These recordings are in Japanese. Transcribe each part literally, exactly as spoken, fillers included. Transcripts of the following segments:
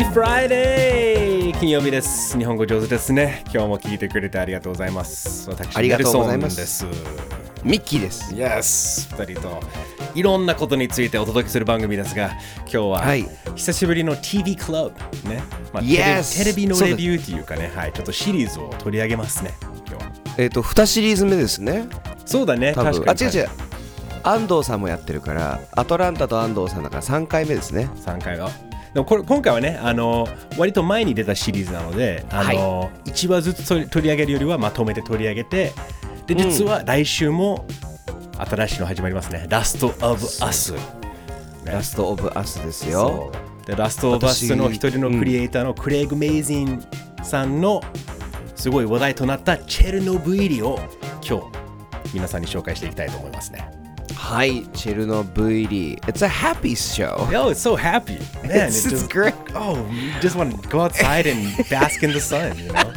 Friday! 金曜日です。日本語上手ですね。今日も聞いてくれてありがとうございます。私、 ありがとうございます。 ネルソンです。 ミッキーです。 Yes! ふたりといろんなことについてお届けする番組ですが、今日は、はい、久しぶりの ティーブイ クラブ、ね、まあ yes! テレビのレビューというかね、はい、ちょっとシリーズを取り上げますね。今日は。 えっ、ー、と、にシリーズ目ですね。 そうだね。確かに。 あ、違う違う。安藤さんもやってるから、アトランタと安藤さんだからさんかいめですね。 さんかいめ。でもこれ今回はね、あの割と前に出たシリーズなので、あの、はい、いちわずつ取り上げるよりはまとめて取り上げて、で実は来週も新しいの始まりますね。ラストオブアス。 ラストオブアスですよ。 でラストオブアスの一人のクリエイターのクレイグ・メイジンさんのすごい話題となったチェルノブイリを今日皆さんに紹介していきたいと思いますね。 はい、チェルノブイリ。It's a happy show. Yo, it's so happy. Man, it's, it's just, great. Oh, you just want to go outside and bask in the sun, you know?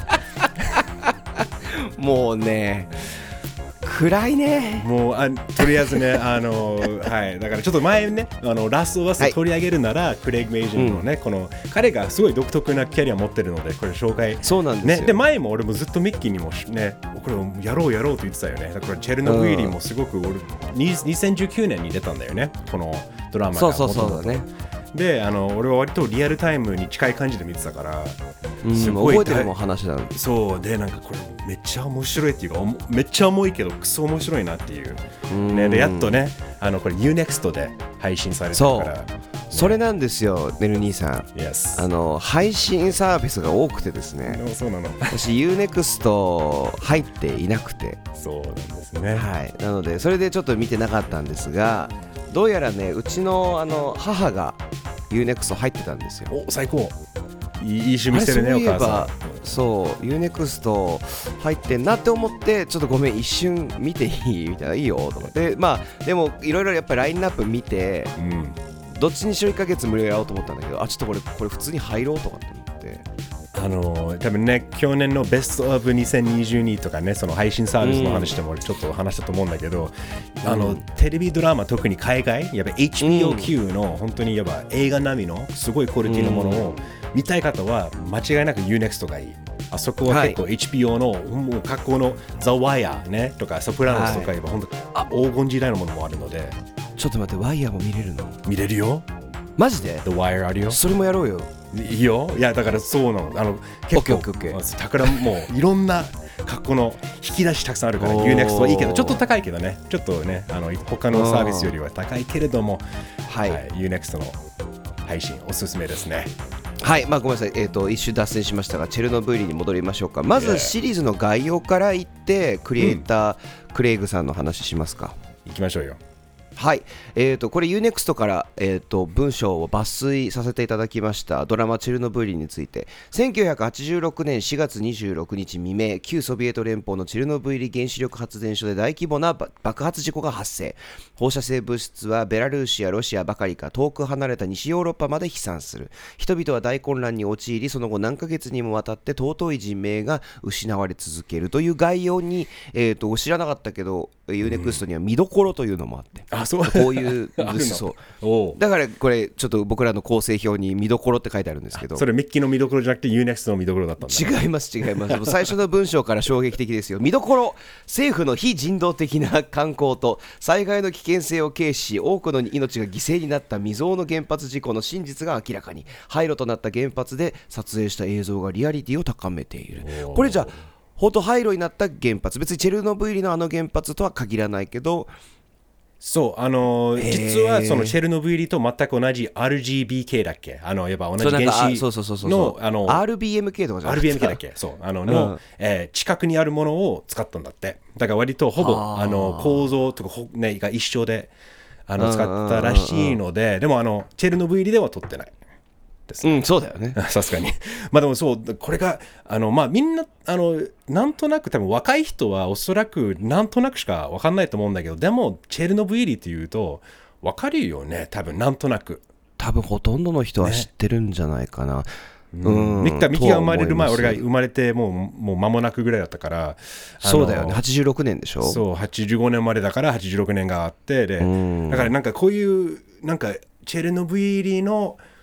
もうね、暗いね。 もうあとりあえずね、あのはい、だからちょっと前ね、あのラストオブアス取り上げるなら、はい、クレイグ・メイジンのね、うん、この彼がすごい独特なキャリア持ってるので、これ紹介。 そうなんですよ。 ね、で前も俺もずっとミッキーにもね、これをやろうやろうと言ってたよね。だからチェルノブイリもすごく俺、うん、にせんじゅうきゅうねんに出たんだよね、このドラマが。 そうそうそうだね。 で、あの俺は割とリアルタイムに近い感じで見てたから、 すごい覚えてるもん話だ。 そうで、なんかこれめっちゃ面白いっていうか、めっちゃ重いけどクソ面白いなっていう。ね、でやっとね、あのこれ ユーネクスト で配信されてるから。 そう、それなんですよ、ネル兄さん。 Yes. あの配信サービスが多くてですね。 そうなの。 私 ユーネクスト 入っていなくて。 そうなんですね。 はい。なのでそれでちょっと見てなかったんですが、どうやらね、うちのあの母が ユーネクスト 入ってたんですよ。 お、最高。いい趣味してるね、お母さん。 そう、ユーネクスト 入ってんなって思って、ちょっとごめん一瞬見ていいみたいな、いいよとかで、まあでもいろいろやっぱりラインナップ見て、うん、どっちにしろいっかげつ無料やろうと思ったんだけど、あ、ちょっとこれこれ普通に入ろうとかって思って。 あの多分ね、去年のベストオブにせんにじゅうにとかね、その配信サービスの話でも俺ちょっと話したと思うんだけど、うん、あのテレビドラマ、特に海外やっぱ エイチビーオー 級の本当にやっぱ映画並みのすごいクオリティのものを見たい方は間違いなく ユーネクスト がいい。あそこは結構 エイチビーオー の、はい、もう格好のザ・ワイヤーねとかソプラノスとか言えば、はい、本当黄金時代のものもあるので。 ちょっと待って、ワイヤーも見れるの？ 見れるよ。 マジで？ The Wire あるよ。 それもやろうよ。 いいよ。いやだからそうなの。あの結構宝もういろんな格好の引き出したくさんあるから ユーネクスト はいいけど、ちょっと高いけどね、ちょっとね、あの他のサービスよりは高いけれども、はい、はい、ユーネクスト の配信おすすめですね。 はい、まあごめんなさい、えーと、一瞬脱線しましたが、チェルノブイリに戻りましょうか。まずシリーズの概要から言って、クリエイター、うん、クレイグさんの話しますか。 行きましょうよ。 はい、えー、とこれ ユーネクスト から、えー、と文章を抜粋させていただきましたドラマチェルノブイリについて。せんきゅうひゃくはちじゅうろくねんしがつにじゅうろくにち未明、旧ソビエト連邦のチェルノブイリ原子力発電所で大規模な爆発事故が発生。放射性物質はベラルーシやロシアばかりか遠く離れた西ヨーロッパまで飛散する。人々は大混乱に陥り、その後何ヶ月にもわたって尊い人命が失われ続けるという概要に、えー、と知らなかったけど ユーネクスト には見どころというのもあって、 うん、あそうこういうそうだからこれちょっと僕らの構成表に見どころって書いてあるんですけど、 それミッキーの見どころじゃなくて ユーネクスト の見どころだったんだ、 ね、違います違います最初の文章から衝撃的ですよ。見どころ、政府の非人道的な観光と災害の危険性を軽視し、多くの命が犠牲になった未曾有の原発事故の真実が明らかに。廃炉となった原発で撮影した映像がリアリティを高めている。これじゃ本当廃炉になった原発、別にチェルノブイリのあの原発とは限らないけど、 そう、あのー、実はそのチェルノブイリと全く同じ アールジービーケー だっけ、あのやっぱ同じ原子のあのアールビーエムケー とかじゃなくてアールビーエムケー だっけ、そうあのの、うん、えー、近くにあるものを使ったんだって。だから割とほぼあの構造とか、ね、が一緒であの使ったらしいので、でもあのチェルノブイリでは取ってない。 うん、そうだよね。 さすがに。まあでもそう、これがあのまあみんなあのなんとなく、多分若い人はおそらくなんとなくしか分かんないと思うんだけど、でもチェルノブイリっていうと分かるよね、多分なんとなく。 多分ほとんどの人は知ってるんじゃないかな。ね、 うん、ミキがミキが生まれる前、俺が生まれてもうもう間もなくぐらいだったから。 そうだよね、はちじゅうろくねんでしょ。 そう、はちじゅうごねんまでだからはちじゅうろくねんがあって、でだからなんかこういうなんかチェルノブイリの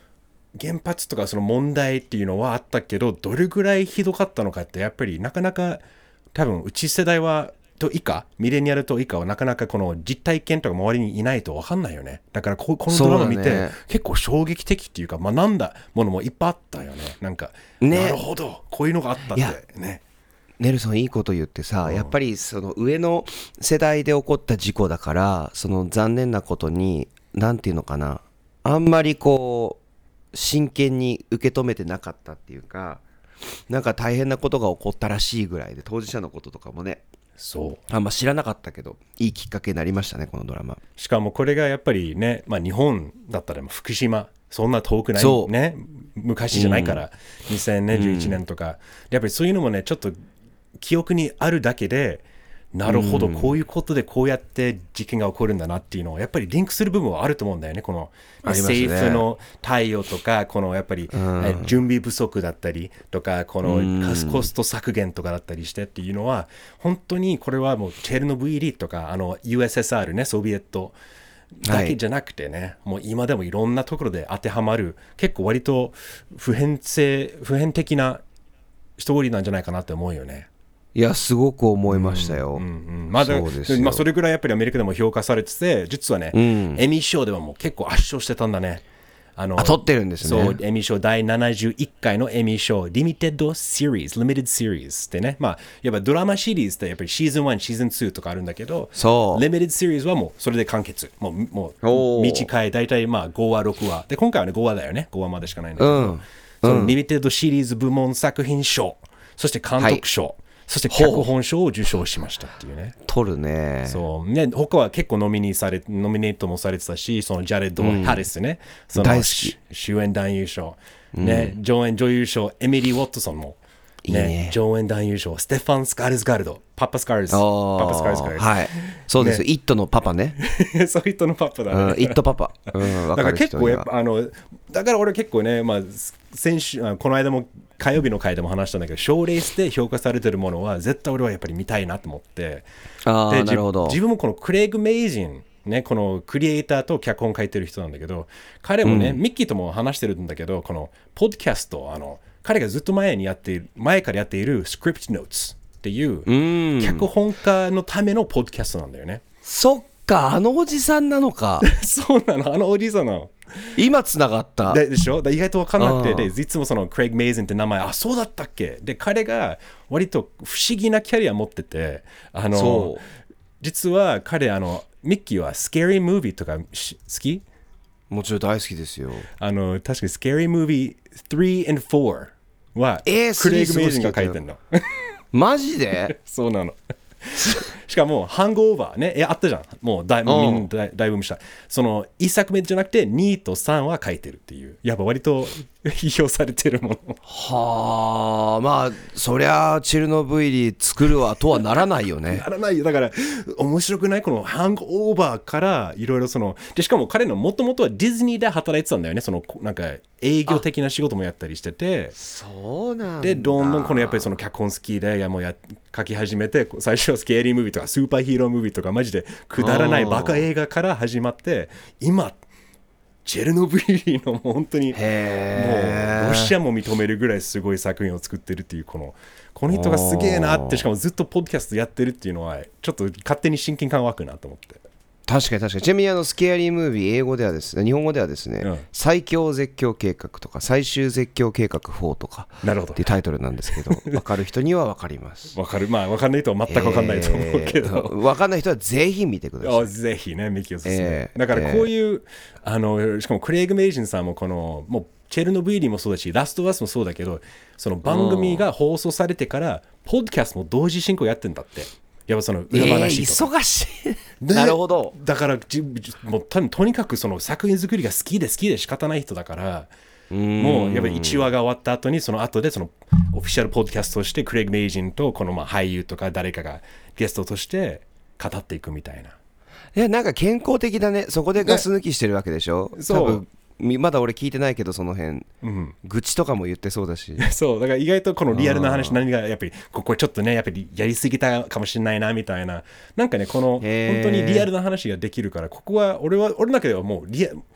原発とかその問題っていうのはあったけど、どれぐらいひどかったのかってやっぱりなかなか多分うち世代はと以下、ミレニアルと以下はなかなかこの実体験とか周りにいないと分かんないよね。だからここのドラマ見て、ね、結構衝撃的っていうか学んだものもいっぱいあったよね。なんか、ね、なるほどこういうのがあったってね。 ネルソンいいこと言ってさ、うん、やっぱりその上の世代で起こった事故だから、その残念なことになんていうのかな、あんまりこう真剣に受け止めてなかったっていうか、なんか大変なことが起こったらしいぐらいで、当事者のこととかもね、そうあんま知らなかったけど、いいきっかけになりましたね、このドラマ。 しかもこれがやっぱりね、まあ、日本だったら福島、そんな遠くないね、昔じゃないから、うん、にせんじゅういちねんとか、うん、やっぱりそういうのもね、ちょっと記憶にあるだけで、なるほど、うん、こういうことでこうやって事件が起こるんだなっていうのをやっぱりリンクする部分はあると思うんだよね。この政府の対応とか、このやっぱり、うん、準備不足だったりとか、このコスト削減とかだったりしてっていうのは、本当にこれはもうチェルノブイリとかあの ユーエスエスアール ね、ソビエトだけじゃなくてね、はい、もう今でもいろんなところで当てはまる、結構割と普遍性普遍的なストーリーなんじゃないかなって思うよね。 いやすごく思いましたよ。 うんうんうん、まあ、そうですよ。まあ、それぐらいやっぱりアメリカでも評価されてて、実はね、うん、エミー賞ではもう結構圧勝してたんだね。 あのあ取ってるんですね。 そう、エミー賞だいななじゅういっかいのエミー賞リミテッドシリーズ、リミテッドシリーズってね、まあやっぱドラマシリーズってやっぱりシーズンワン、シーズンツーとかあるんだけど、そうリミテッドシリーズはもうそれで完結。もうもう短い、大体まあごわろくわで、今回はねごわだよね。ごわまでしかないんだけど、うん、そのリミテッドシリーズ部門作品賞、そして監督賞、はい、そして脚本賞を受賞しましたっていうね。 取るね。 そうね。他は結構ノミネートされ、ノミネートもされてたし、そのジャレッド・ハリスね、うん、その大好き主演男優賞、ね、うん、上演女優賞エミリー・ウォットソンも、ね、いいね、上演男優賞ステファン・スカールズガルド、パパスカールズ、パパスカールズガルド、 はい、そうですよ、ね、イットのパパね。 そうイットのパパだね。 うん、イットパパ。うん、 だから結構やっぱあのだから俺結構ね、まあ先週この間も火曜日の回でも話したんだけど、賞レースで評価されてるものは絶対俺はやっぱり見たいなと思って、 あー、なるほど。 自分もこのクレイグ・メイジンね、このクリエイターと脚本書いてる人なんだけど、彼もね、うん、ミッキーとも話してるんだけど、このポッドキャスト、あの彼がずっと前にやっている前からやっているスクリプトノーツっていう脚本家のためのポッドキャストなんだよね。 そっか、あのおじさんなのか。 そうなの、あのおじさんなの。 今つながったで, でしょ。意外と分かんなくて、でいつもそのクレイグ・メイズンって名前、あ、そうだったっけ。で彼が割と不思議なキャリア持ってて、あの実は彼あのミッキーはスケーリームービーとか好き？ もちろん大好きですよ。 あの確かにスケーリームービースリー and フォーは、えー、クレイグ・メイズンが書いてるの。 マジで？ そうなの。しかもハングオーバーね、えあったじゃん。もうだいみんなだだいぶした。そのいっさくめじゃなくてにとさんは書いてるっていう、やっぱ割と批評されてるもの。 はあ、まあそりゃチェルノブイリ作るわとはならないよね。 ならないよ。だから面白くない？このハングオーバーからいろいろそので、しかも彼のもともとはディズニーで働いてたんだよね。そのなんか営業的な仕事もやったりしてて、 そうなんだ。 でどんどんこのやっぱりその脚本好きで、いやもうや書き始めて、最初はスケーリームービーとかスーパーヒーロームービーとかマジでくだらないバカ映画から始まって、今チェルノブイリのもう本当にもうロシアも認めるぐらいすごい作品を作ってるっていう、このこの人がすげえなって、しかもずっとポッドキャストやってるっていうのはちょっと勝手に親近感湧くなと思って。 確かに確かに。ちなみにあのスケアリームービー、英語ではですね、日本語ではですね、うん、最強絶叫計画とか最終絶叫計画フォーとかっていうタイトルなんですけど、分かる人には分かります。 分かる、まあ分かんない人は全く分かんないと思うけど、えー、 分かんない人はぜひ見てください。 ぜひね、ミキおすすめ、えー、だからこういう、えー、あのしかもクレイグ・メイジンさんもこのもうチェルノブイリもそうだし、ラストバスもそうだけど、その番組が放送されてからポッドキャストも同時進行やってんだって。やっぱその裏話とか、えー、 忙しい。なるほど。 だからもう多分とにかくその作品作りが好きで好きで仕方ない人だから、もうやっぱりいちわが終わった後にその後でそのオフィシャルポッドキャストとしてクレイグ・メイジンとこのまあ俳優とか誰かがゲストとして語っていくみたいな。 いやなんか健康的だね。そこでガス抜きしてるわけでしょ。多分まだ俺聞いてないけど、その辺、うん、愚痴とかも言ってそうだし。 そうだから意外とこのリアルな話、何がやっぱりここちょっとねやっぱりやりすぎたかもしれないなみたいな、なんかねこの本当にリアルな話ができるから、ここは俺は俺の中ではもうリア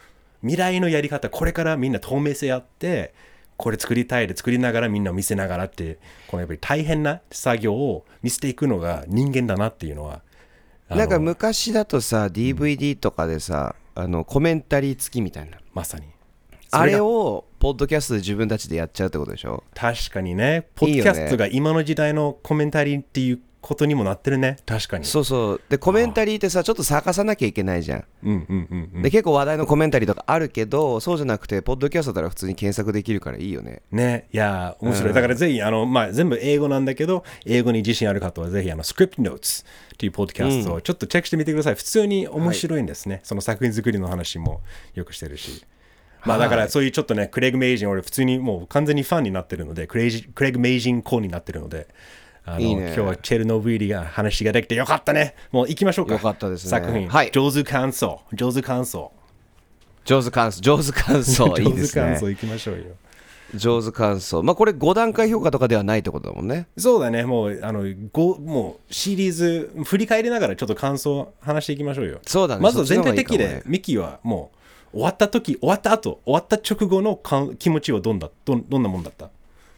未来のやり方、これからみんな透明性あってこれ作りたいで作りながらみんな見せながらって、このやっぱり大変な作業を見せていくのが人間だなっていうのは。 なんか昔だとさ ディーブイディー とかでさ、うん、あのコメンタリー付きみたいな、 まさにあれをポッドキャストで自分たちでやっちゃうってことでしょ。 確かにね、ポッドキャストが今の時代のコメンタリーっていうことにもなってるね。確かに。 そうそう。でコメンタリーってさちょっと探さなきゃいけないじゃん。 うんうんうんうん、 で結構話題のコメンタリーとかあるけど、そうじゃなくてポッドキャストだったら普通に検索できるからいいよね。 ね、いや面白い、うん、だからぜひあの、まあ、全部英語なんだけど英語に自信ある方はぜひあのスクリプトノーツっていうポッドキャストをちょっとチェックしてみてください、うん、普通に面白いんですね、はい、その作品作りの話もよくしてるし、まあ、だからそういうちょっとねクレイグ・メイジン俺普通にもう完全にファンになってるので、クレイジクレイグ・メイジンコーになってるので、あのいい、ね、今日はチェルノブイリが話ができてよかったね。もう行きましょうか。 よかったですね。 作品、 はい、 上手感想上手感想上手感想上手感想いいですね。 上手感想行きましょうよ。 上手感想、まあこれご段階評価とかではないってことだもんね。 そうだね。もうあのごもうシリーズ振り返りながらちょっと感想話していきましょうよ。 そうだね。 まずは全体的で、 ね、 ミキはもう終わった時終わった後終わった直後のかん気持ちはどんだ ど, どんなもんだった？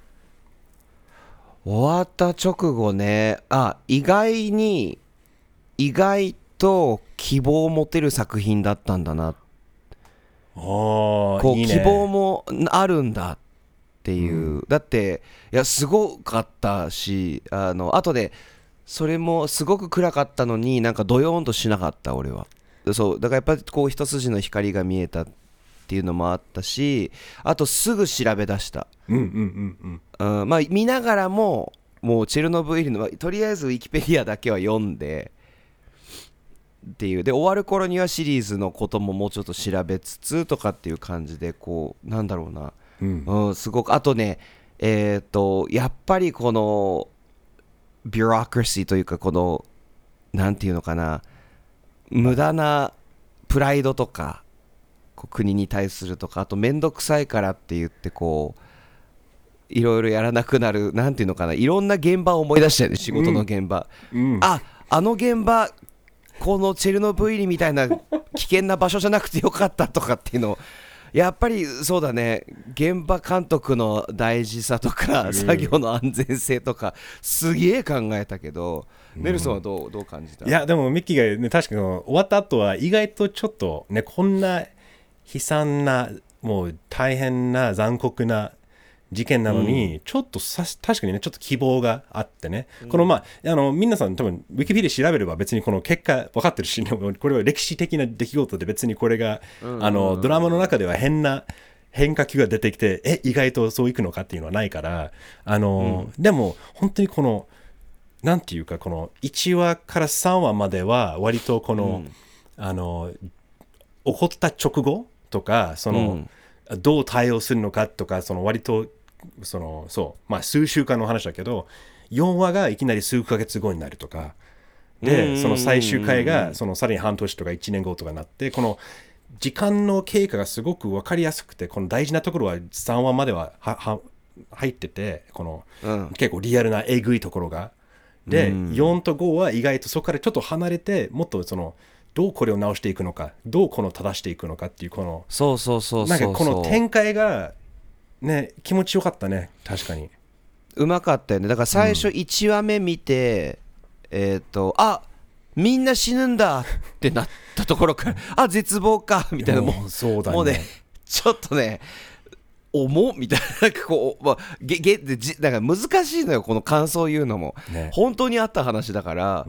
終わった直後ね、あ、意外に意外と希望を持てる作品だったんだな。 おこういいね、 希望もあるんだっていう、うん、だっていやすごかったし、あの後でそれもすごく暗かったのになんかドヨーンとしなかった俺は。そうだからやっぱりこう一筋の光が見えたっていうのもあったし、あとすぐ調べ出した、 うんうんうんうん、うん、まあ見ながらももうチェルノブイリのとりあえずウィキペディアだけは読んでっていうで、終わる頃にはシリーズのことももうちょっと調べつつとかっていう感じで、こうなんだろうな、 うんうん、すごくあとねえっとやっぱりこのビュロクラシーというか、このなんていうのかな、無駄なプライドとかこう国に対するとか、あとめんどくさいからって言ってこういろいろやらなくなる、なんていうのかな、いろんな現場を思い出したよね、仕事の現場、 うんうん、 あ、あの現場このチェルノブイリみたいな危険な場所じゃなくてよかったとかっていうのをやっぱりそうだね、現場監督の大事さとか、うん、作業の安全性とかすげえ考えたけど、うん、ネルソンはどう、どう感じた？ いやでもミッキーが、ね、確かに終わった後は意外とちょっとね、こんな悲惨なもう大変な残酷な事件なのに、うん、ちょっとさ確かにねちょっと希望があってね、うん、このまああの皆さん多分ウィキペディア調べれば別にこの結果分かってるし、これは歴史的な出来事で別にこれが、うん、あのドラマの中では変な変化球が出てきてえ意外とそういくのかっていうのはないから、あの、うん、でも本当にこのなんていうかこのいちわからさんわまでは割とこの、うん、あの起こった直後とかその、うん、どう対応するのかとか、その割とそのそうまあ数週間の話だけどよんわがいきなり数ヶ月後になるとかで、その最終回がそのさらに半年とかいちねんごとかになって、この時間の経過がすごく分かりやすくて、この大事なところはさんわまでははは入ってて、この、うん、結構リアルなえぐいところがで、よんとごは意外とそこからちょっと離れて、もっとそのどうこれを直していくのか、どうこの正していくのかっていうこのそうそうそうそうなんかこの展開がね気持ちよかったね。確かにうまかったよね。だから最初いちわめ見て、うん、えっ、ー、とあみんな死ぬんだってなったところからあ絶望かみたいな、もうそうだね、 もうねちょっとね重みたいなこう、まあ、げげでじだから難しいのよこの感想を言うのも、ね、本当にあった話だから、うん、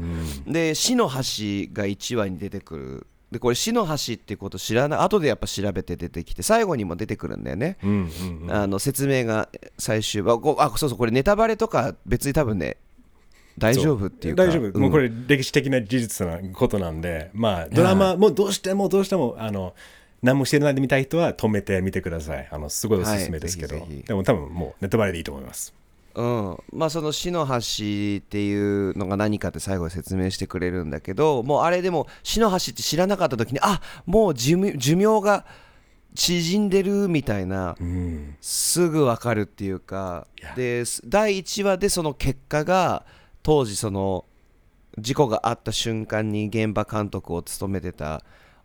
で死の橋がいちわに出てくる。でこれ死の橋っていうこと知らない後でやっぱ調べて出てきて最後にも出てくるんだよね、うんうんうん、あの説明が最終はあそうそうこれネタバレとか別に多分ね大丈夫っていうか大丈夫、うん、もうこれ歴史的な事実なことなんで、まあドラマもどうしてもどうしてもあの何もしてないで見たい人は止めてみてください。あのすごいおすすめですけど、はい、ぜひぜひでも多分もうネタバレでいいと思います。 うん、まあその死の橋っていうのが何かって最後に説明してくれるんだけど、もうあれでも死の橋って知らなかった時にあもう寿命、寿命が縮んでるみたいな、うん、すぐ分かるっていうか、でだいいちわでその結果が当時その事故があった瞬間に現場監督を務めてた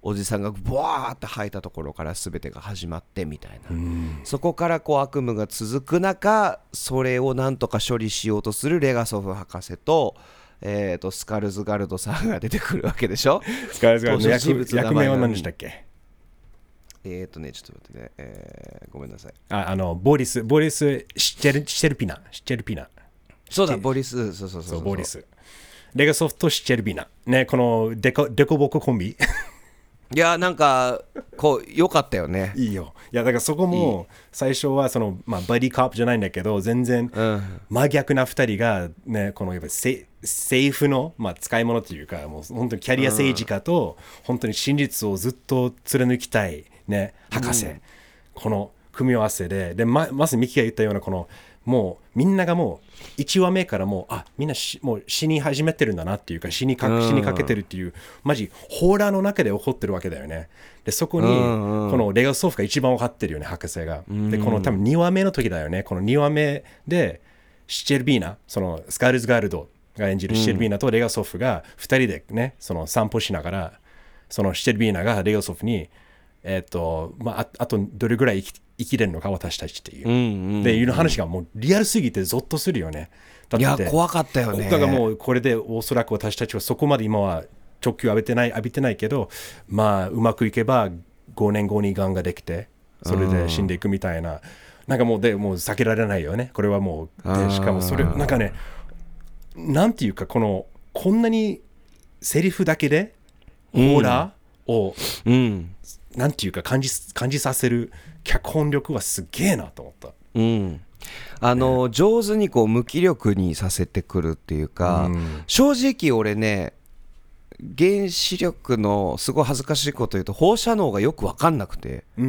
おじさんがブワーって吐いたところから全てが始まってみたいな、そこからこう悪夢が続く中、それをなんとか処理しようとするレガソフ博士と、えー、とスカルズガルドさんが出てくるわけでしょ。 スカルズガルドの登場人物役, の名前役名は何でしたっけ？ えっ、ー、とねちょっと待ってね、えー、ごめんなさい。 ああのボリスボリスシチェルシチェルピナシチェルピナそうだボリスそうそうそうそうそうボリスレガソフとシチェルピナね、このデコデコボココンビいやなんかこう良かったよね。 いいよ。いやだからそこも最初はその、まあ、バディカップじゃないんだけど全然真逆なふたりがね、このやっぱセセーフの、まあ、使い物というかもう本当にキャリア政治家と本当に真実をずっと貫きたい、ね、博士、うん、この組み合わせでで ま, まずミキが言ったようなこのもうみんながもういちわめからもうあみんなしもう死に始めてるんだなっていうか死にか死にかけてるっていうマジホラーの中で起こってるわけだよね。でそこにこのレガソフが一番分かってるよね博士が。でこの多分にわめの時だよね。このにわめでシチェルビーナそのスカルズガルドが演じるシチェルビーナとレガソフがふたりでねその散歩しながらそのシチェルビーナがレガソフにえっとまあ あ, あとどれぐらい生き生きれるのか私たちっていう、うんうんうん、でいう話がもうリアルすぎてゾッとするよね。だっていや怖かったよね。 だからもうこれでおそらく私たちはそこまで今は直球浴びてない浴びてないけどまあうまくいけばごねんごにがんができてそれで死んでいくみたいな、うん、なんかもうでもう避けられないよねこれはもう。でしかもそれなんかねなんていうかこのこんなにセリフだけでホーラーを、うん、なんていうか感じ感じさせる脚本力はすげえなと思った。 うん、あの、ね、上手にこう無気力にさせてくるっていうか、うん、正直俺ね原子力のすごい恥ずかしいこと言うと放射能がよく分かんなくて、うんうん、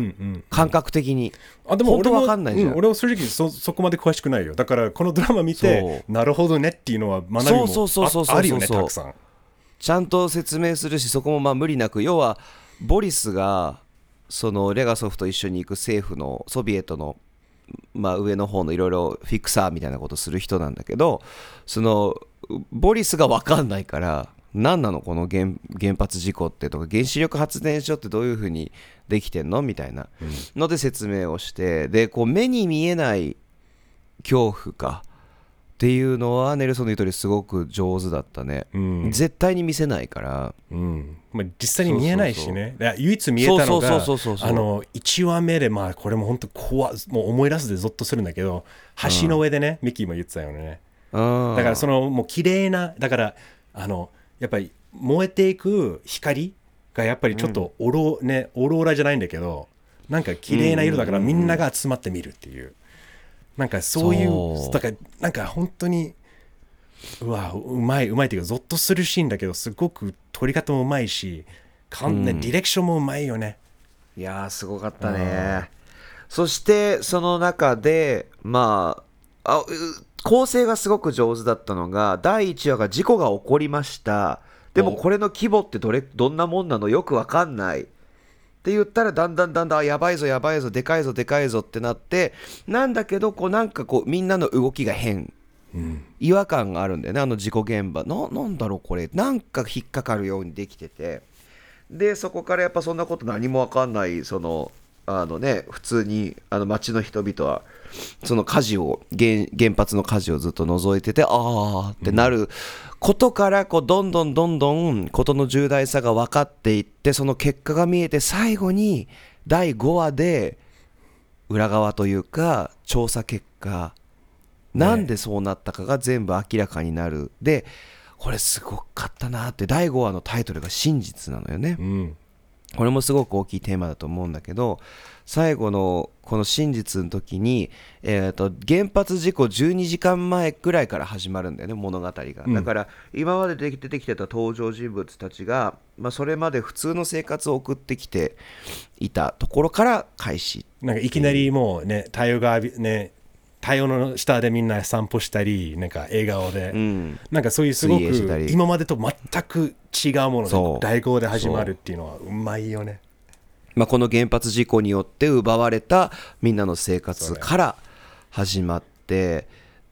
感覚的に。 あでも俺も分かんないじゃん、 うん、俺は正直 そ, そこまで詳しくないよ。だからこのドラマ見てなるほどねっていうのは学びも あ, あるよねたくさん。 ちゃんと説明するしそこもまあ無理なく要はボリスがそのレガソフと一緒に行く政府のソビエトの、まあ、上の方のいろいろフィクサーみたいなことする人なんだけどそのボリスが分かんないから何なのこの 原, 原発事故ってとか原子力発電所ってどういう風にできてんのみたいなので説明をしてでこう目に見えない恐怖かっていうのはネルソンの言う通りすごく上手だったね、うん、絶対に見せないから、 うんまあ、実際に見えないしね。そうそうそう唯一見えたのがあのいちわめで、まあ、これも本当怖もう思い出すでゾッとするんだけど橋の上でね、うん、ミキも言ってたよね。だからそのもう綺麗なだからあのやっぱり燃えていく光がやっぱりちょっとオロ、うんね、オローラじゃないんだけどなんか綺麗な色だからみんなが集まって見るっていう、なんかそういうだからなんか本当にうわうまいうまいっていうかゾッとするシーンだけどすごく撮り方もうまいしかん、ねうん、ディレクションもうまいよね。 いやーすごかったね。そしてその中でまああ構成がすごく上手だったのがだいいちわが事故が起こりました。でもこれの規模ってどれどんなもんなのよくわかんないって言ったらだんだんだんだんやばいぞやばいぞでかいぞでかいぞってなってなんだけどこうなんかこうみんなの動きが変、うん、違和感があるんだよね。あの事故現場 な, なんだろうこれなんか引っかかるようにできててでそこからやっぱそんなこと何もわかんないそのあのね普通にあの街の人々はその火事を 原, 原発の火事をずっと覗いててあーってなることからこうどんどんどんどんことの重大さが分かっていってその結果が見えて最後にだいごわで裏側というか調査結果なんでそうなったかが全部明らかになる。でこれすごかったなってだいごわのタイトルが真実なのよね、うん、これもすごく大きいテーマだと思うんだけど最後のこの真実の時に、えー、と原発事故じゅうにじかんまえくらいから始まるんだよね物語が、うん、だから今まで出てきてた登場人物たちが、まあ、それまで普通の生活を送ってきていたところから開始。 なんかいきなりもうね太陽がね太陽の下でみんな散歩したりなんか笑顔で、うん、なんかそういうすごく今までと全く違うものでだいごわで始まるっていうのはうまいよね。 まあ、この原発事故によって奪われたみんなの生活から始まって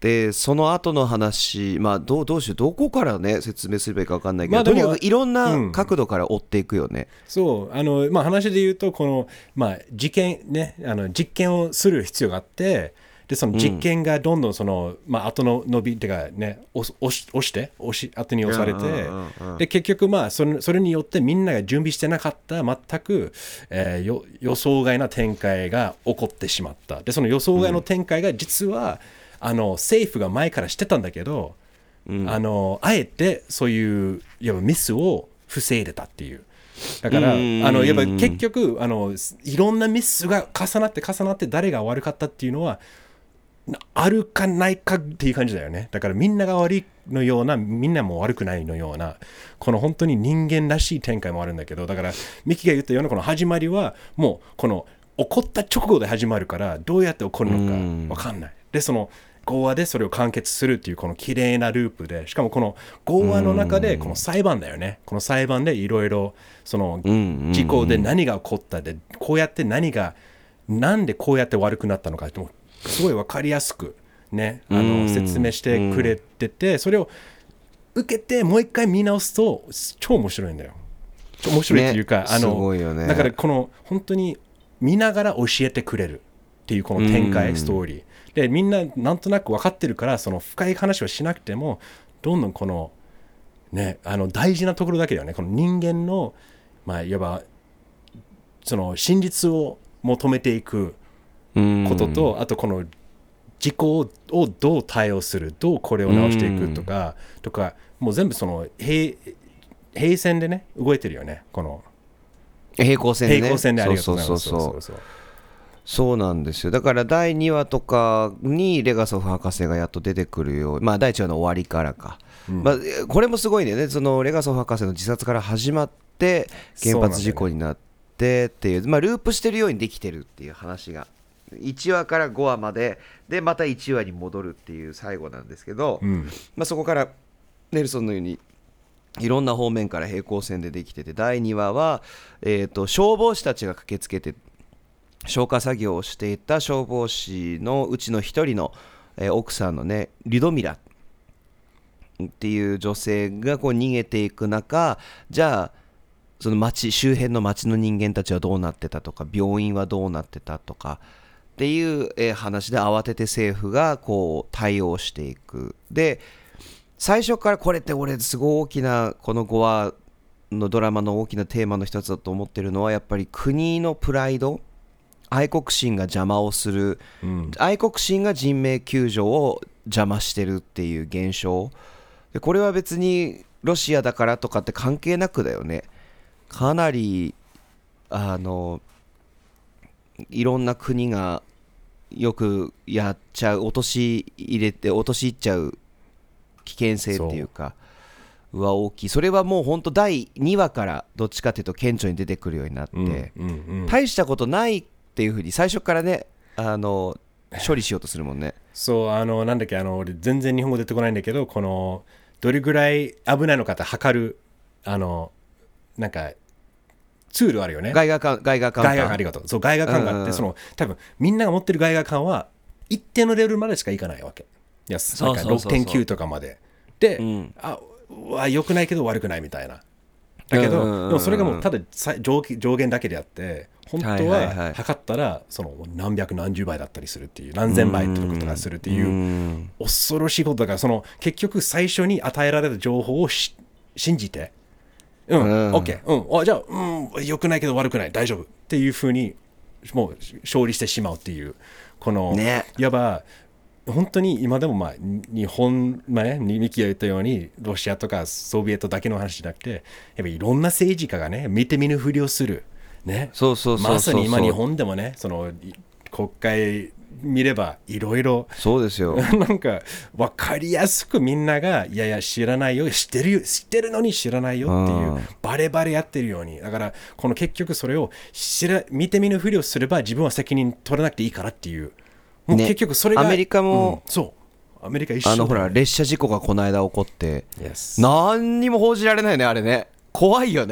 でその後の話、まあ、どう、どうしよう、どこからね説明すればいいか分かんないけど、 まあ、 とにかくいろんな角度から追っていくよね、うん、 そうあの、まあ、話で言うとこの、まあ、実験ねあの実験をする必要があって、でその実験がどんどんその、うんまあ、後の伸びっていうかね押し、押し、押して押し後に押されて、うんうんうんうん、で結局まあそれ、それによってみんなが準備してなかった全く、えー、よ予想外な展開が起こってしまった。でその予想外の展開が実は、うんあの政府が前からしてたんだけど、うん、あのあえてそういうやっぱミスを防いでたっていう。だからあのやっぱ結局あのいろんなミスが重なって重なって誰が悪かったっていうのはあるかないかっていう感じだよね。だからみんなが悪いのようなみんなも悪くないのようなこの本当に人間らしい展開もあるんだけど、だからミキが言ったようなこの始まりはもうこの起こった直後で始まるからどうやって起こるのか分かんない。でそのごわでそれを完結するっていうこの綺麗なループで、しかもこのごわの中でこの裁判だよね。この裁判でいろいろその事故で何が起こったでこうやって何がなんでこうやって悪くなったのかってすごい分かりやすくねあの説明してくれてて、それを受けてもう一回見直すと超面白いんだよ。超面白いっていうか、 ね、 あのすごいよね。 だからこの本当に見ながら教えてくれるっていうこの展開ストーリーで、みんななんとなく分かってるからその深い話をしなくてもどんどんこのねあの大事なところだけだよね。この人間のまあいわばその真実を求めていくことと、あとこの事故をどう対応する、どうこれを直していくとかとかもう全部その平平線でね動いてるよね。この平行線でね。 平行線でありがとうございます。 そうそうそうそうそうなんですよ。だからだいにわとかにレガソフ博士がやっと出てくるよう、まあだいいちわの終わりからか、うんまあ、これもすごいんだよね。そのレガソフ博士の自殺から始まって原発事故になってっていう、まあ、ループしてるようにできてるっていう話がいちわからごわまででまたいちわに戻るっていう最後なんですけど、うんまあ、そこからネルソンのようにいろんな方面から平行線でできてて、だいにわは、えーと、消防士たちが駆けつけて消火作業をしていた消防士のうちの一人の、えー、奥さんのねリュドミラっていう女性がこう逃げていく中、じゃあその町周辺の町の人間たちはどうなってたとか病院はどうなってたとかっていう、えー、話で慌てて政府がこう対応していく。で最初からこれって俺すごい大きなこのごわのドラマの大きなテーマの一つだと思ってるのはやっぱり国のプライド、愛国心が邪魔をする、うん、愛国心が人命救助を邪魔してるっていう現象で、これは別にロシアだからとかって関係なくだよね。かなりあのいろんな国がよくやっちゃう陥れて陥っちゃう危険性っていうかは大きい。それはもう本当だいにわからどっちかというと顕著に出てくるようになって、うんうんうん、大したことないっていう風に最初からねあの処理しようとするもんね。 そうあのなんだっけあの俺全然日本語出てこないんだけど、このどれぐらい危ないのかって測るあのなんかツールあるよね。 ガイガーカンガイガーカンガイガーありがとう。そうガイガーカンがあって、うんうん、その多分みんなが持ってるガイガーカンは一定のレベルまでしかいかないわけ。いやなんか ろくてんきゅう とかまでで、うん、あは良くないけど悪くないみたいな。だけど、うんうんうんうん、でもそれがもうただ上上限だけであって本当は測ったらその何百何十倍だったりするっていう、何千倍ってことがするっていう恐ろしいことだから、その結局最初に与えられた情報をし信じてうん、うん、OK、うん、あじゃあ、うん、良くないけど悪くない大丈夫っていう風にもう勝利してしまうっていうこの、ね、いわば本当に今でもまあ日本、まあね、ミキが言ったようにロシアとかソビエトだけの話じゃなくてやっぱりいろんな政治家がね見て見ぬふりをする、ね、 そうそうそうそうそう、 まさに今日本でもねその国会見ればいろいろそうですよなんか分かりやすくみんながいやいや知らないよ知ってるよ知ってるのに知らないよっていうバレバレやってるように、だからこの結局それを知ら見て見ぬふりをすれば自分は責任取らなくていいからっていうもう結局それが、 ね、アメリカも、 うん、そうアメリカ一緒だ、ね、 あのほら列車事故がこの間起こって、yes. 何にも報じられないねあれね、怖いよね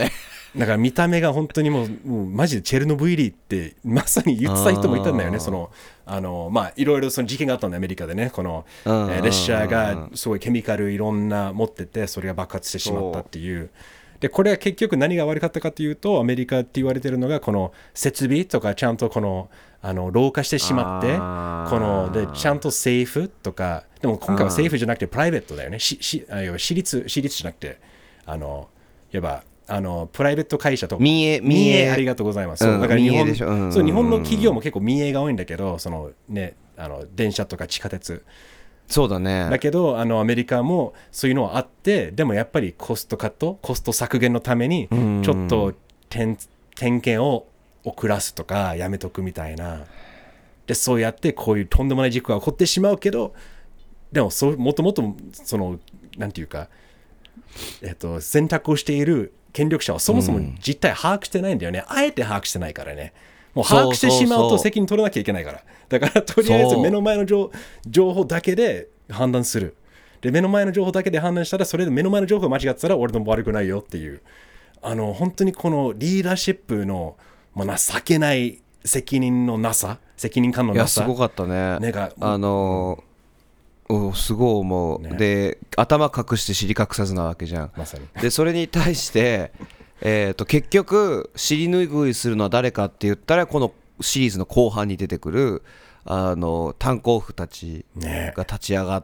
だから見た目が本当にもう、もうマジでチェルノブイリってまさに言ってた人もいたんだよね。そのあのまあいろいろその事件があったんでアメリカでね、この、えー列車がすごいケミカルいろんな持ってて、それが爆発してしまったっていう。でこれは結局何が悪かったかというと、アメリカって言われてるのがこの設備とかちゃんとこのあの老化してしまって、このでちゃんとセーフとか、でも今回はセーフじゃなくてプライベートだよね。ししあ要は私立私立じゃなくて、あのいわばあのプライベート会社とか民営民営ありがとうございます。 うん、 そうだから日本、 うん、 そう日本の企業も結構民営が多いんだけど、そのねあの電車とか地下鉄。 そうだね。 だけどあのアメリカもそういうのはあって、でもやっぱりコストカット、コスト削減のためにちょっと点点検を遅らすとかやめとくみたいな。でそうやってこういうとんでもない事故が起こってしまうけど、でもそうもともとそのなんていうか、えっと選択をしている権力者はそもそも実態把握してないんだよね。あえて把握してないからね。もう把握してしまうと責任取らなきゃいけないから。だからとりあえず目の前の情報だけで判断する。で目の前の情報だけで判断したら、それで目の前の情報が間違ってたら俺のも悪くないよっていう、あの本当にこのリーダーシップの、まあ、情けない責任のなさ、責任感のなさ。 いやすごかったね。 ねがあのー、すごい思う、ね、で頭隠して尻隠さずなわけじゃん、 まさに。 でそれに対してえと結局尻拭いするのは誰かって言ったら、このシリーズの後半に出てくるあの炭鉱夫たちが立ち上がって、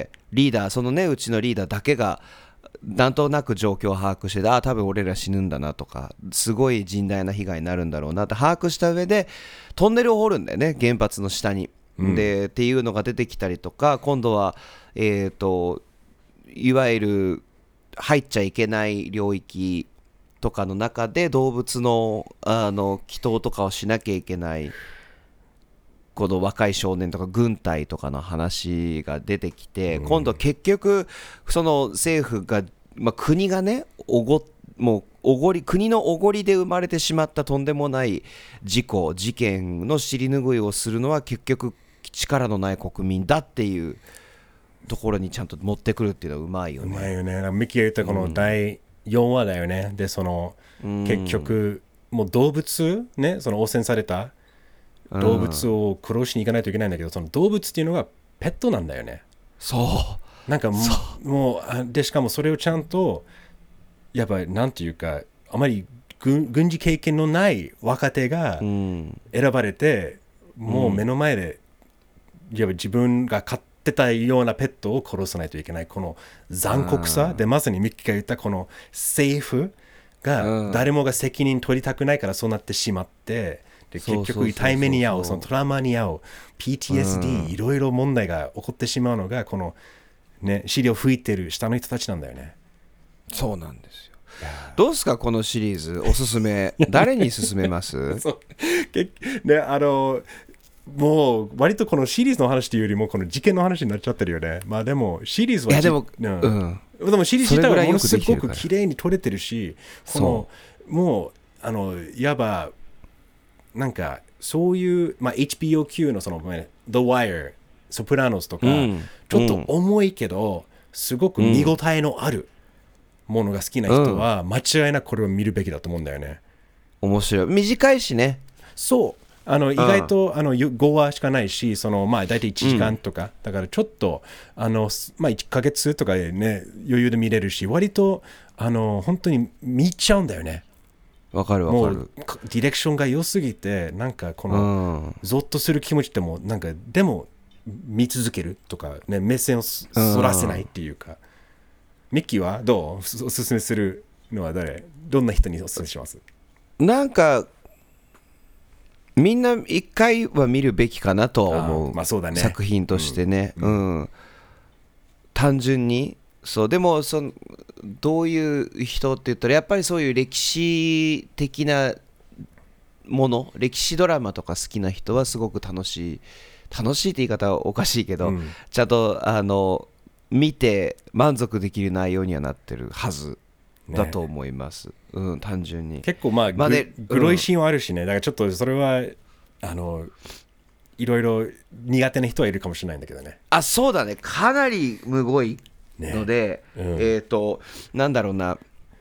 リーダー、そのねうちのリーダーだけがなんとなく状況を把握して、ああ多分俺ら死ぬんだなとか、すごい甚大な被害になるんだろうなって把握した上でトンネルを掘るんだよね、原発の下に、うん、でっていうのが出てきたりとか、今度はえっといわゆる入っちゃいけない領域とかの中で動物のあの祈祷とかをしなきゃいけないこの若い少年とか軍隊とかの話が出てきて、今度結局その政府が、まあ、国がねおごもうおごり国のおごりで生まれてしまったとんでもない事故事件の尻拭いをするのは結局力のない国民だっていうところにちゃんと持ってくるっていうのはうまいよね。 うまいよね。ミキが言ったこの第よんわだよね。でその結局もう動物ね、その汚染された動物を殺しに行かないといけないんだけど、その動物っていうのがペットなんだよね。 そうなんかもう、もうでしかもそれをちゃんとやっぱりなんていうか、あまり 軍, 軍事経験のない若手が選ばれて、うん、もう目の前でやっぱ自分が飼ってたようなペットを殺さないといけない、この残酷さで、まさにミッキーが言ったこの政府が誰もが責任取りたくないからそうなってしまって、で結局痛い目に遭う、そのトラウマに遭う ピーティーエスディー、いろいろ問題が起こってしまうのがこのね尻を拭いてる下の人たちなんだよね。 そうなんですよ。どうですかこのシリーズ、おすすめ誰に勧めますそうね、あのもう割とこのシリーズの話というよりもこの事件の話になっちゃってるよね。まあでもシリーズはいやでも、 うんうんでもシリーズ自体はものすごく綺麗に撮れてるし、このもうあのいわばなんかそういう、まあ、エイチビーオー 級のその The Wire、ソプラノスとか、うん、ちょっと重いけど、うん、すごく見応えのあるものが好きな人は、うん、間違いなくこれを見るべきだと思うんだよね。 面白い、短いしね。 そうあの意外と、うん、あのごわしかないし、そのまあ大体いちじかんとか、うん、だからちょっとあの、まあ、いっかげつとかでね余裕で見れるし、割とあの本当に見ちゃうんだよね。 わかるわかる。 もうディレクションが良すぎて、なんかこの、うん、ゾッとする気持ちってもなんかでも見続けるとか、ね、目線をそらせないっていうか、うん、ミッキーはどうおすすめするのは誰、どんな人におすすめします？ なんかみんな一回は見るべきかなとは思う。 まあそうだね、 作品としてね、うんうん、単純にそうでもそのどういう人って言ったらやっぱりそういう歴史的なもの、歴史ドラマとか好きな人はすごく楽しい楽しいって言い方はおかしいけど、うん、ちゃんとあの見て満足できる内容にはなってるはずだと思います、ね、うん、単純に結構まあ、まあね、グロいシーンはあるしね、だからちょっとそれはあのいろいろ苦手な人はいるかもしれないんだけどね。 あ、そうだね、かなりむごいので、ね、うん、えっとなんだろうな、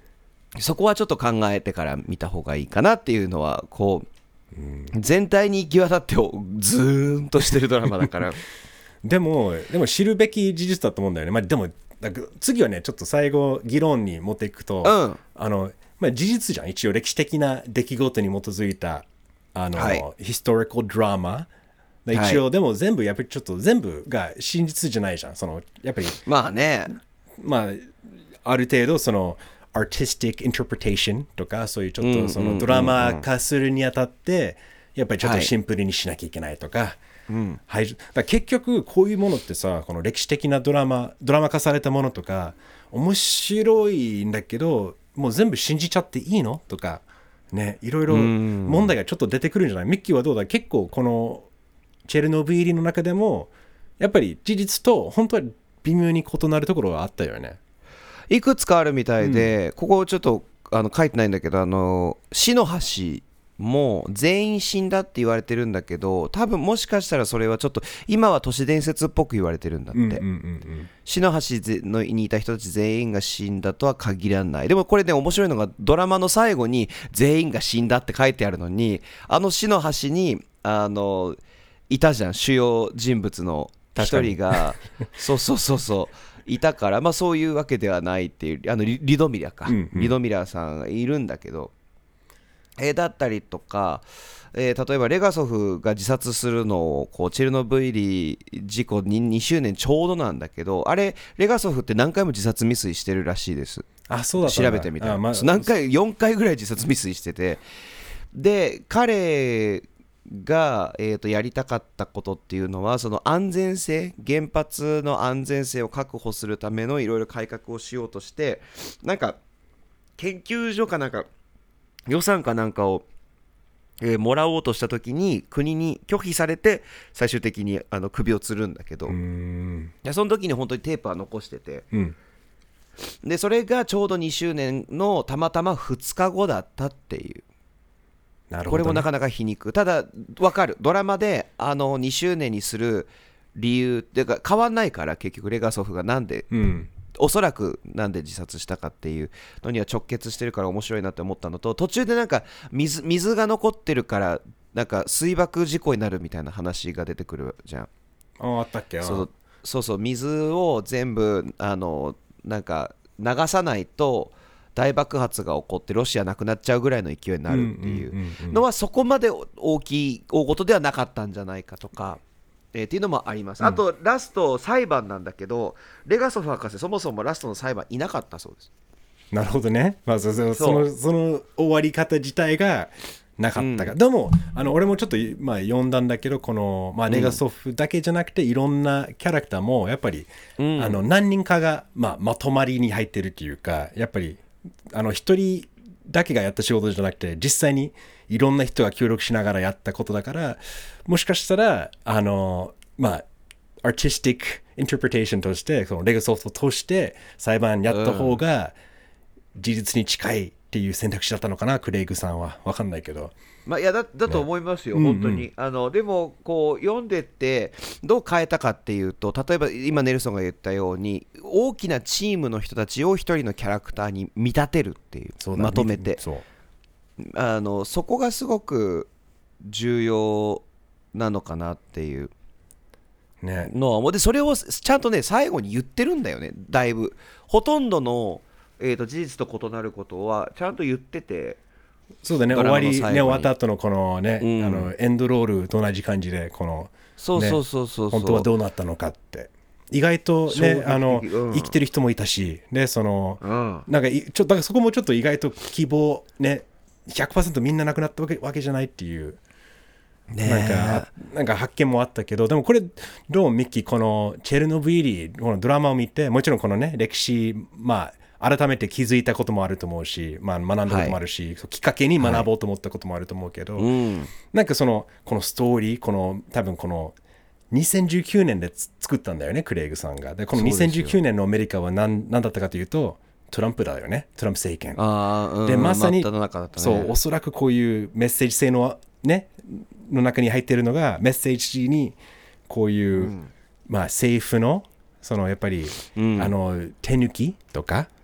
そこはちょっと考えてから見た方がいいかなっていうのはこう、うん、全体に行き渡ってずーんとしてるドラマだからでもでも知るべき事実だと思うんだよね、まあ、でも次はねちょっと最後議論に持っていくと、うん、あのまあ、事実じゃん、一応歴史的な出来事に基づいたあの、はい、ヒストリカルドラマ一応、はい、でも全部やっぱりちょっと全部が真実じゃないじゃん、そのやっぱりまあね、 まあある程度そのアーティスティックインタープレテーションとかそういうちょっとそのドラマ化するにあたってやっぱりちょっとシンプルにしなきゃいけないとか、はいうんはい、だ結局こういうものってさ、この歴史的なドラマドラマ化されたものとか面白いんだけどもう全部信じちゃっていいのとかね、いろいろ問題がちょっと出てくるんじゃない？ミッキーはどうだ？結構このチェルノブイリの中でもやっぱり事実と本当は微妙に異なるところがあったよね。 いくつかあるみたいで、うん、ここちょっとあの書いてないんだけど、あの死の橋もう全員死んだって言われてるんだけど、多分もしかしたらそれはちょっと今は都市伝説っぽく言われてるんだって、うんうんうんうん、死の橋のにいた人たち全員が死んだとは限らない。でもこれね面白いのがドラマの最後に全員が死んだって書いてあるのに、あの死の橋にあのいたじゃん、主要人物の一人がそうそうそうそういたから、まあそういうわけではないっていう、あの リ, リドミラか、うんうん、リドミラさんがいるんだけど、えー、だったりとか、えー、例えばレガソフが自殺するのをこうチェルノブイリ事故 2, にしゅうねんちょうどなんだけど、あれレガソフって何回も自殺未遂してるらしいです。 あ、そうだったん調だ。 べてみたら、 まあ、 何回よんかいぐらい自殺未遂してて、で彼が、えー、とやりたかったことっていうのはその安全性、原発の安全性を確保するためのいろいろ改革をしようとして、なんか研究所かなんか予算かなんかを、えー、もらおうとした時に国に拒否されて最終的にあの首を吊るんだけど、うーん、その時に本当にテープは残してて、うん、でそれがちょうどにしゅうねんのたまたまふつかごだったっていう。なるほどね、これもなかなか皮肉。ただ分かる、ドラマであのにしゅうねんにする理由っていうか変わんないから、結局レガソフがなんで、うん、おそらくなんで自殺したかっていうのには直結してるから面白いなって思ったのと、途中でなんか 水, 水が残ってるからなんか水爆事故になるみたいな話が出てくるじゃん。 ああったっけ。 そうそうそう、水を全部あのなんか流さないと大爆発が起こってロシアなくなっちゃうぐらいの勢いになるっていうのはそこまで大きい大事ではなかったんじゃないかとか、えー、っていうのもあります、うん、あとラスト裁判なんだけど、レガソフ博士そもそもラストの裁判いなかったそうです。 なるほどね、まあ、そ, そ, そ, のその終わり方自体がなかったが、うん、でもあの俺もちょっと、まあ、読んだんだけどこの、まあ、レガソフだけじゃなくて、うん、いろんなキャラクターもやっぱり、うん、あの何人かが、まあ、まとまりに入ってるっていうか、やっぱりあの一人だけがやった仕事じゃなくて実際にいろんな人が協力しながらやったことだから、もしかしたらあのまあアーティスティックインタープレテーションとしてそのレガソフトを通して裁判やった方が事実に近いっていう選択肢だったのかな、クレイグさんは。分かんないけど、 まあ、いや だ, だと思いますよ、ね、本当に、うんうん、あのでもこう読んでってどう変えたかっていうと、例えば今ネルソンが言ったように大きなチームの人たちを一人のキャラクターに見立てるっていう、まとめて、そうあのそこがすごく重要なのかなっていうのは、ね、でそれをちゃんとね最後に言ってるんだよね。だいぶほとんどの、えーと、事実と異なることはちゃんと言ってて、 そうだね、終わりね、終わった後のこのね、うん、あのエンドロールと同じ感じでこの、 そうそうそうそう、 本当はどうなったのかって意外とね、あの、うん、生きてる人もいたし、でその、うん、なんかちょっとだからそこもちょっと意外と希望ね ひゃくパーセント みんな亡くなったわけ、わけじゃないっていう、ね、なんかなんか発見もあったけど、でもこれどうミッキー、このチェルノブイリこのドラマを見て、もちろんこのね歴史、まあ改めて気づいたこともあると思うし、まあ、学んだこともあるし、はい、きっかけに学ぼうと思ったこともあると思うけど、はいうん、なんかそのこのストーリー、この多分このにせんじゅうきゅうねんで作ったんだよね、クレイグさんが。でこのにせんじゅうきゅうねんのアメリカは 何, 何だったかというとトランプだよね、トランプ政権。 あ、うん、 でまさに、 ね、 そうおそらくこういうメッセージ性のねの中に入っているのが、メッセージにこういう、うん、まあ政府のそのやっぱり、うん、あの手抜きとか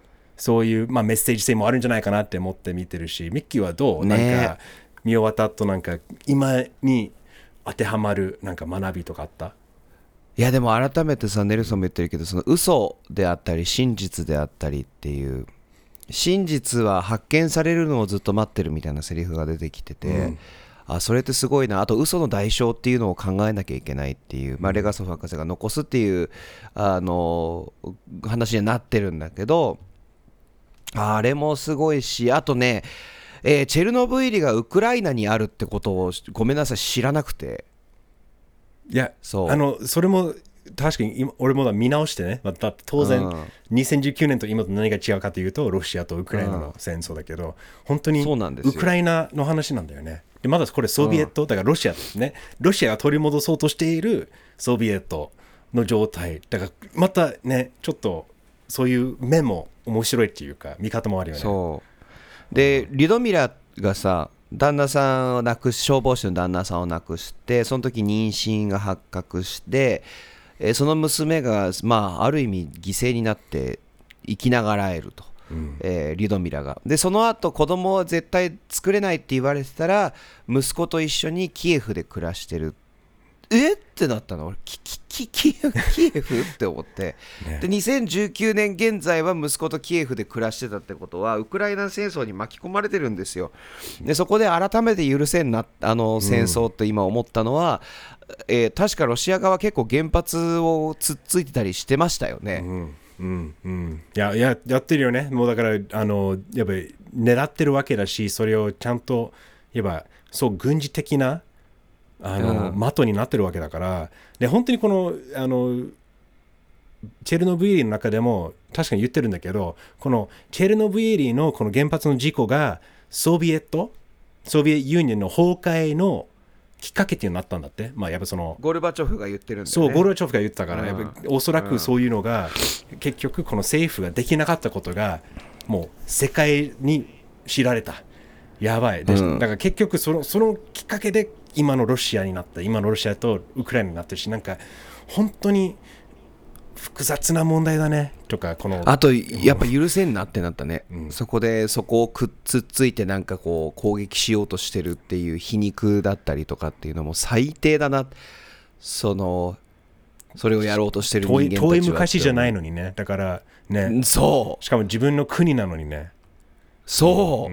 そういう、まあ、メッセージ性もあるんじゃないかなって思って見てるし、ミッキーはどう、 ね、 なんか見終わった後なんか今に当てはまるなんか学びとかあった？ いやでも改めてさ、ネルソンも言ってるけど、その嘘であったり真実であったりっていう、真実は発見されるのをずっと待ってるみたいなセリフが出てきてて、うん、あ、それってすごいな。あと嘘の代償っていうのを考えなきゃいけないっていう、まあ、レガソフ博士が残すっていうあの話になってるんだけど、あれもすごいし、あとね、えー、チェルノブイリがウクライナにあるってことをごめんなさい知らなくて。 いや、そう、あのそれも確かに今俺も見直してね、また当然、うん、にせんじゅうきゅうねんと今と何が違うかというとロシアとウクライナの戦争だけど、うん、本当にウクライナの話なんだよね。でまだこれソビエト、うん、だからロシアですね。ロシアが取り戻そうとしているソビエトの状態だから、またねちょっとそういう面も面白いっていうか見方もあるよね。 そうで、リュドミラがさ、旦那さんを亡くし、消防士の旦那さんを亡くして、その時妊娠が発覚して、えー、その娘が、まあ、ある意味犠牲になって生きながらえると、うんえー、リュドミラが。でその後子供は絶対作れないって言われてたら、息子と一緒にキエフで暮らしてる。えってなったの俺、キキキキエフキエフって思って、ね、でにせんじゅうきゅうねん現在は息子とキエフで暮らしてたってことはウクライナ戦争に巻き込まれてるんですよ。でそこで改めて許せんなあの戦争って今思ったのは、うんえー、確かロシア側結構原発をつっついてたりしてましたよね。 うんうんうん、いや、や、やってるよね。もうだからあのやっぱり狙ってるわけだし、それをちゃんとやっぱそう軍事的なあの、うん、的になってるわけだから。で本当にこのあのチェルノブイリの中でも確かに言ってるんだけど、このチェルノブイリのこの原発の事故がソビエトソビエトユニオンの崩壊のきっかけっていうのになったんだって。まあやっぱそのゴルバチョフが言ってるんだよね。 そうゴルバチョフが言ってたから、うん、やっぱおそらくそういうのが、うん、結局この政府ができなかったことがもう世界に知られた。やばいで、うん、だから結局そのそのきっかけで今のロシアになった、今のロシアとウクライナになってるし、なんか本当に複雑な問題だねとか、このあとやっぱ許せんなってなったね、うん、そこでそこをくっつっついてなんかこう攻撃しようとしてるっていう皮肉だったりとかっていうのも最低だな。そのそれをやろうとしてる人間たちは遠い昔じゃないのにね。だからね、 そうしかも自分の国なのにね。 そう、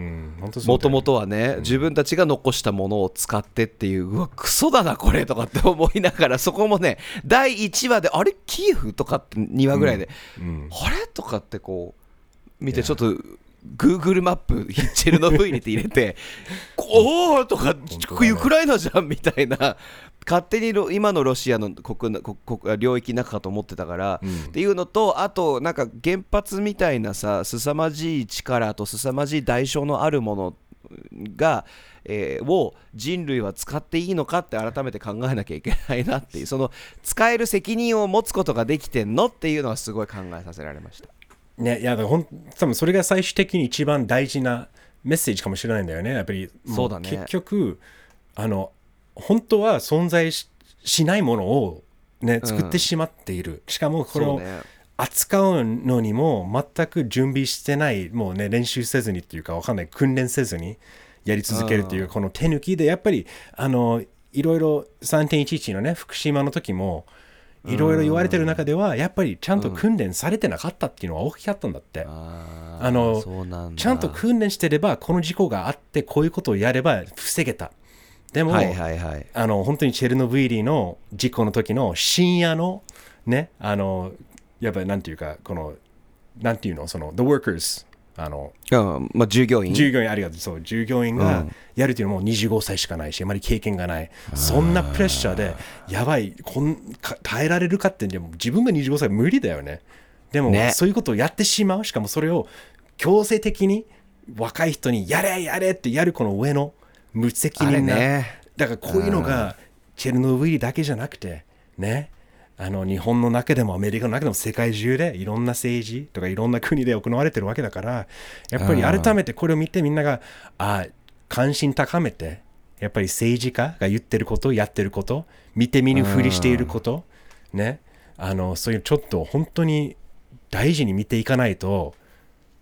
もともとはね、うん、自分たちが残したものを使ってっていう、うわクソだなこれとかって思いながら、そこもねだいいちわであれキエフとかってにわぐらいで、うんうん、あれとかってこう見て、ちょっとGoogle マップチェルノブイリって入れておーとか、ウクライナじゃんみたいな、勝手に今のロシアの国国領域の中かと思ってたから、うん、っていうのと、あとなんか原発みたいなさ、凄まじい力と凄まじい代償のあるものが、えー、を人類は使っていいのかって改めて考えなきゃいけないなっていう、その使える責任を持つことができてんのっていうのはすごい考えさせられました。 ね、いやだからほん多分それが最終的に一番大事なメッセージかもしれないんだよね。やっぱりもう結局あの本当は存在 し, しないものを、ね、作ってしまっている、うん、しかもこれを扱うのにも全く準備してない、もうね練習せずにっていうかわかんない、訓練せずにやり続けるっていうこの手抜きで、やっぱりあのいろいろ さんてんいちいち のね福島の時もいろいろ言われてる中ではやっぱりちゃんと訓練されてなかったっていうのは大きかったんだって、うん、ああのちゃんと訓練してればこの事故があってこういうことをやれば防げた。でも、はいはいはい、あの本当にチェルノブイリの事故の時の深夜のね、あのやっぱりなんていうか、このなんていうの、その the workers、あの、 うんまあ、従業員従業員ありがとう、そう従業員がやるっていうのもにじゅうごさいしかないし、あまり経験がない、そんなプレッシャーでやばい、こんか耐えられるかって、でも自分がにじゅうごさい無理だよね。でも、ね、そういうことをやってしまう、しかもそれを強制的に若い人にやれやれってやるこの上の無責任な、ね、だからこういうのがチェルノブイリだけじゃなくてね、あの日本の中でもアメリカの中でも世界中でいろんな政治とかいろんな国で行われてるわけだから、やっぱり改めてこれを見てみんながあ関心高めて、やっぱり政治家が言ってることやってること見て見ぬふりしていることね、あのそういうちょっと本当に大事に見ていかないと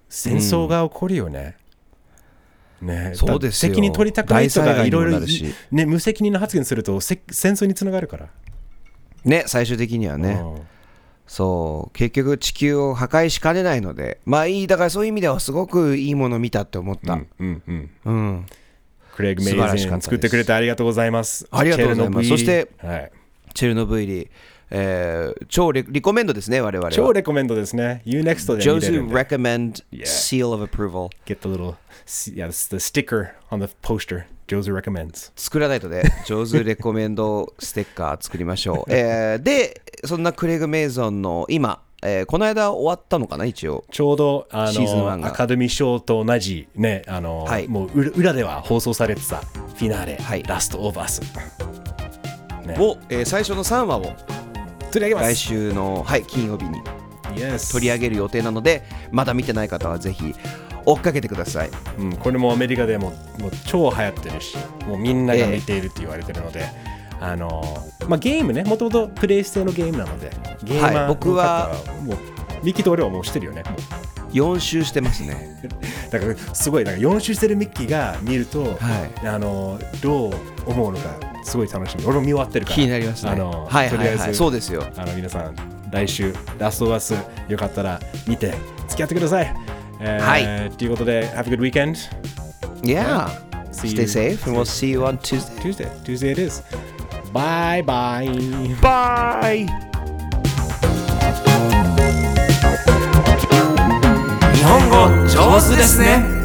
戦争が起こるよね。うん、ね、 そうですよ。 責任取りたくない人がいろいろ、 ね、 無責任な発言すると戦争につながるから。 ね、最終的にはね。うん、そう結局地球を破壊しかねないので、まあいいだからそういう意味ではすごくいいものを見たって思った。うんうんうんうん。 クレイグ・メイゼン作ってくれてありがとうございます。 ありがとうございます。そして、 はい、 チェルノブイリ、えー、超レリコメンドですね、我々は。 超レコメンドですね。ユーネクスト で見れるんで。 Jozu recommend seal of approval. Get the little, yeah, the sticker on the poster.Jozu recommends 作らないとね、Jozu レコメンドステッカー作りましょう。えー、で、そんなクレイグ・メイゾンの今、えー、この間終わったのかな、一応。 ちょうどあのアカデミー賞と同じ、ね、あの、はい、もう裏では放送されてたフィナーレ、はい、ラスト・オブ・アス、 ね、を、えー、最初のさんわを取り上げます。 来週の、はい、金曜日に Yes. 取り上げる予定なので、まだ見てない方はぜひ追っかけてください。 うん、これもアメリカでも、もう超流行ってるし、もうみんなが見ているって言われてるので、えーあのまあ、ゲームね、もともとプレイステのゲームなので、ゲーマーの方は、はい、僕はもうミッキーと俺はもうしてるよね。もうよん周してますね。 だからすごい、なんかよん周してるミッキーが見ると、はい、あのどう思うのかすごい楽しみ。俺も見終わってるから気になりますね。 あの、 はいはいはい、 とりあえずそうですよ。 あの皆さん来週ラストオブアスよかったら見て付き合ってください。えー、はい。ということで Have a good weekend. Yeah. Stay safe and we'll see you on Tuesday. Tuesday. Tuesday it is. Bye bye. Bye. 日本語上手ですね。